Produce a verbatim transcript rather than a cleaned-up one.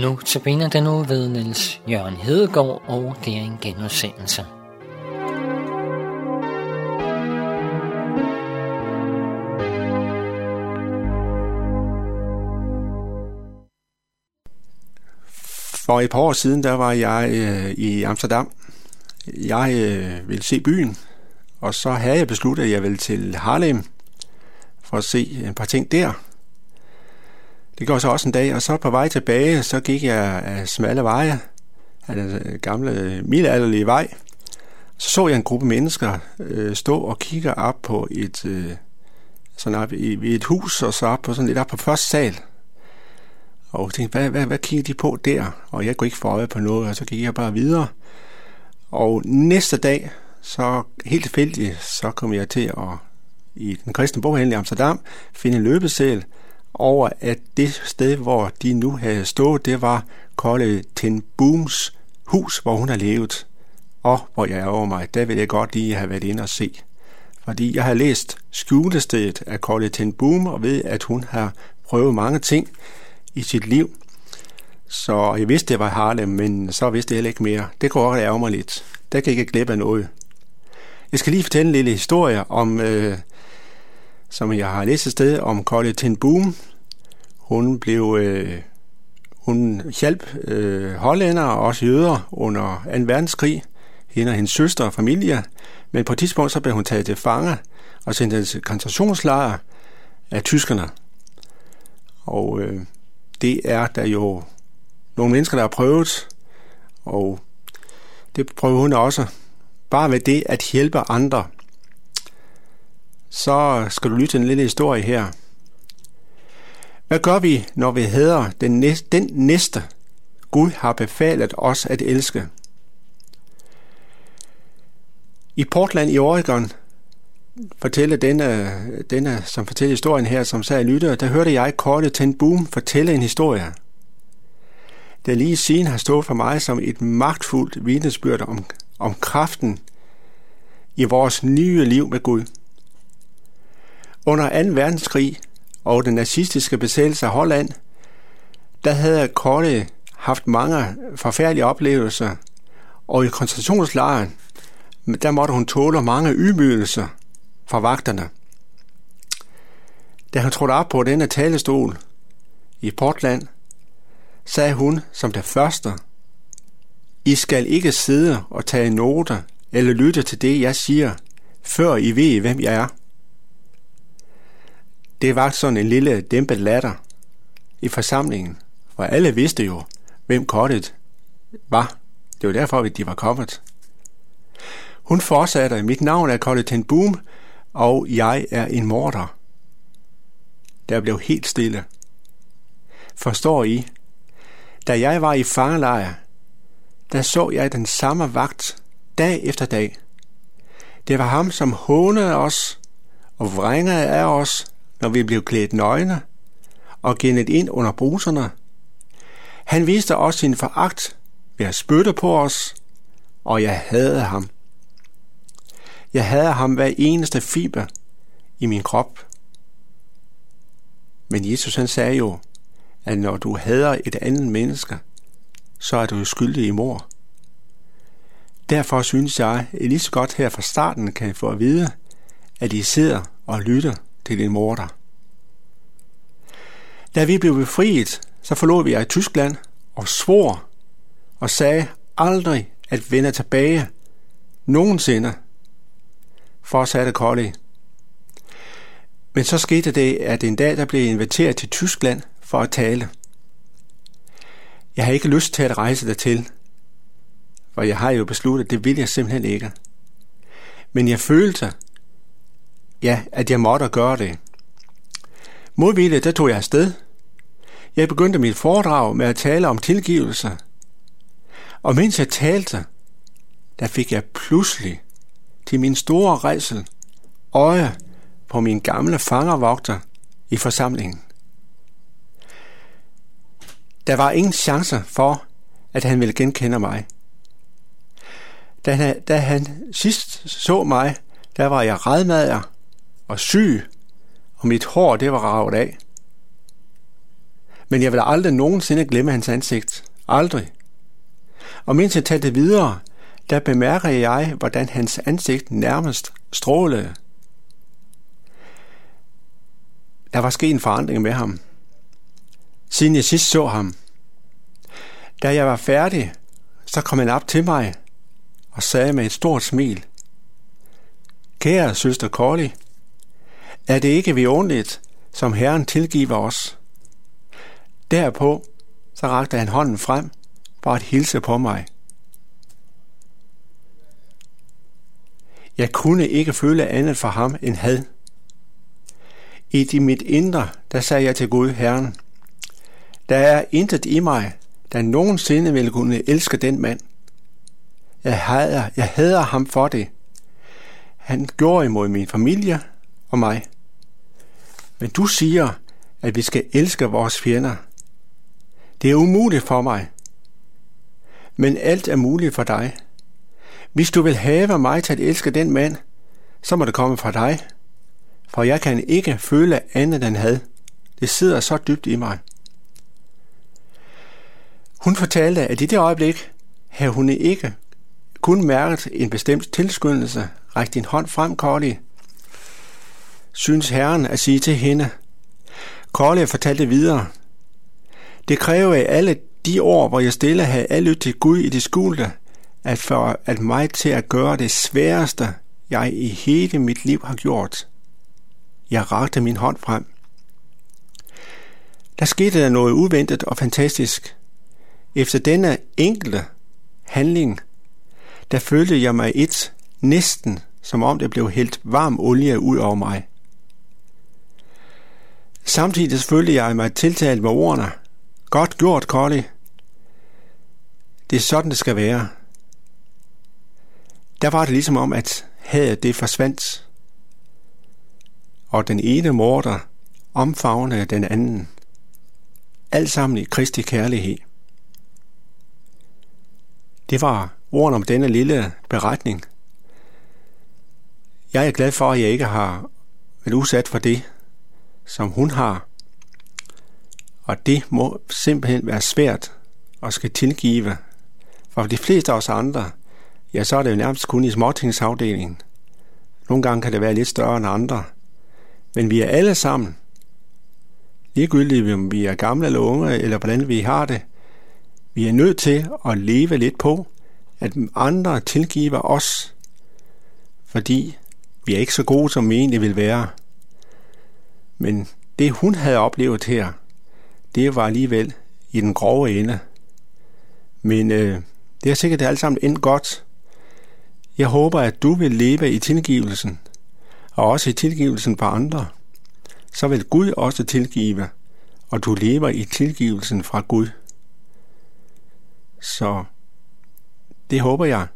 Nu tabiner den nu ved Niels Jørgen Hedegaard, og det er en genudsendelse. For et par år siden, der var jeg øh, i Amsterdam. Jeg øh, ville se byen, og så havde jeg besluttet, at jeg ville til Haarlem for at se et par ting der. Det går så også en dag, og så på vej tilbage, så gik jeg af smalle veje, af den gamle middelalderlige vej. Så så jeg en gruppe mennesker øh, stå og kigge op på et, øh, sådan op i, i et hus, og så op på sådan lidt op på første sal. Og jeg tænkte, hvad, hvad, hvad kigger de på der? Og jeg kunne ikke få øje på noget, og så gik jeg bare videre. Og næste dag, så helt tilfældigt, så kom jeg til at i den kristne boghandel i Amsterdam finde en løbeseddel over, at det sted, hvor de nu havde stået, det var Corrie ten Booms hus, hvor hun har levet. Og hvor jeg er over mig, der vil jeg godt lige have været inde og se. Fordi jeg har læst Skjulestedet af Corrie ten Boom, og ved, at hun har prøvet mange ting i sit liv. Så jeg vidste, det var Haarlem, men så vidste jeg heller ikke mere. Det kunne også ærge mig lidt. Der kan jeg ikke glemme af noget. Jeg skal lige fortælle en lille historie om, øh, som jeg har læst et sted, om Corrie ten Boom. Hun blev, øh, hun hjalp øh, hollændere og også jøder under anden verdenskrig. Hende og hendes søster og familie. Men på et tidspunkt så blev hun taget til fange og sendt til koncentrationslejre af tyskerne. Og øh, det er der jo nogle mennesker, der har prøvet, og det prøver hun også. Bare ved det at hjælpe andre. Så skal du lytte til en lille historie her. Hvad gør vi, når vi hader den næste, den næste Gud har befalet os at elske? I Portland i Oregon, fortælle denne, denne, som fortæller historien her, som sagde lytter, der hørte jeg Corrie ten Boom fortælle en historie, der lige siden har stået for mig som et magtfuldt vidnesbyrd om, om kraften i vores nye liv med Gud. Under anden verdenskrig og den nazistiske besættelse af Holland, der havde Corrie haft mange forfærdelige oplevelser, og i koncentrationslejren, der måtte hun tåle mange ydmygelser fra vagterne. Da hun trådte op på denne talestol i Portland, sagde hun som det første: I skal ikke sidde og tage noter eller lytte til det, jeg siger, før I ved, hvem jeg er. Det var sådan en lille dæmpet latter i forsamlingen, for alle vidste jo, hvem Corrie var. Det var derfor, at de var kommet. Hun fortsatte: Mit navn er Corrie ten Boom, og jeg er en morder. Der blev helt stille. Forstår I? Da jeg var i fangelejr, der så jeg den samme vagt dag efter dag. Det var ham, som hånede os og vrængede af os, når vi blev klædt nøgne og gennet ind under bruserne. Han viste os sin foragt ved at spytte på os, og jeg hadede ham. Jeg havde ham hver eneste fiber i min krop. Men Jesus han sagde jo, at når du hader et andet menneske, så er du skyldig i mord. Derfor synes jeg, at lige så godt her fra starten kan få at vide, at I sidder og lytter til din morder. Da vi blev befriet, så forlod vi jer i Tyskland og svor og sagde aldrig at vende tilbage nogensinde. Fortsatte Corrie. Men så skete det, at en dag der blev inviteret til Tyskland for at tale. Jeg har ikke lyst til at rejse dertil, for jeg har jo besluttet, at det vil jeg simpelthen ikke. Men jeg følte, ja, at jeg måtte gøre det. Modvilligt, der tog jeg afsted. Jeg begyndte mit foredrag med at tale om tilgivelse. Og mens jeg talte, der fik jeg pludselig til min store rædsel øje på min gamle fangervogter i forsamlingen. Der var ingen chance for, at han ville genkende mig. Da han, da han sidst så mig, der var jeg rædmager og syg, og mit hår det var ravet af. Men jeg vil aldrig nogensinde glemme hans ansigt. Aldrig. Og mens jeg talte videre, der bemærker jeg, hvordan hans ansigt nærmest strålede. Der var sket en forandring med ham, siden jeg sidst så ham. Da jeg var færdig, så kom han op til mig og sagde med et stort smil: Kære søster Corly, er det ikke vidunderligt, som Herren tilgiver os? Derpå så rakte han hånden frem for at hilse på mig. Jeg kunne ikke føle andet for ham end had. I det mit indre, der sagde jeg til Gud, Herren: Der er intet i mig, der nogensinde ville kunne elske den mand. Jeg hader, jeg hader ham for det. Han gjorde imod min familie og mig. Men du siger, at vi skal elske vores fjender. Det er umuligt for mig. Men alt er muligt for dig. Hvis du vil have mig til at elske den mand, så må det komme fra dig. For jeg kan ikke føle andet end had. Det sidder så dybt i mig. Hun fortalte, at i det øjeblik havde hun ikke kun mærket en bestemt tilskyndelse. Ræk din hånd frem, Corly, synes Herren at sige til hende. Corly fortalte videre: Det kræver i alle de år, hvor jeg stille havde alle til Gud i det skjulte, at for at mig til at gøre det sværeste, jeg i hele mit liv har gjort. Jeg rakte min hånd frem. Der skete der noget uventet og fantastisk. Efter denne enkelte handling, der følte jeg mig et næsten, som om det blev hældt varm olie ud over mig. Samtidig følte jeg mig tiltalt med ordene: Godt gjort, Corly. Det er sådan, det skal være. Der var det ligesom om, at hadet det forsvandt, og den ene morder omfavnede den anden. Alt sammen i Kristi kærlighed. Det var ordene om denne lille beretning. Jeg er glad for, at jeg ikke har været udsat for det, som hun har. Og det må simpelthen være svært at skal tilgive. For de fleste af os andre, ja, så er det jo nærmest kun i småtingsafdelingen. Nogle gange kan det være lidt større end andre. Men vi er alle sammen, ligegyldigt om vi er gamle eller unge, eller hvordan vi har det, vi er nødt til at leve lidt på, at andre tilgiver os, fordi vi er ikke så gode, som vi egentlig vil være. Men det, hun havde oplevet her, det var alligevel i den grove ende. Men øh, det er sikkert alt sammen endt godt. Jeg håber, at du vil leve i tilgivelsen, og også i tilgivelsen for andre. Så vil Gud også tilgive, og du lever i tilgivelsen fra Gud. Så det håber jeg.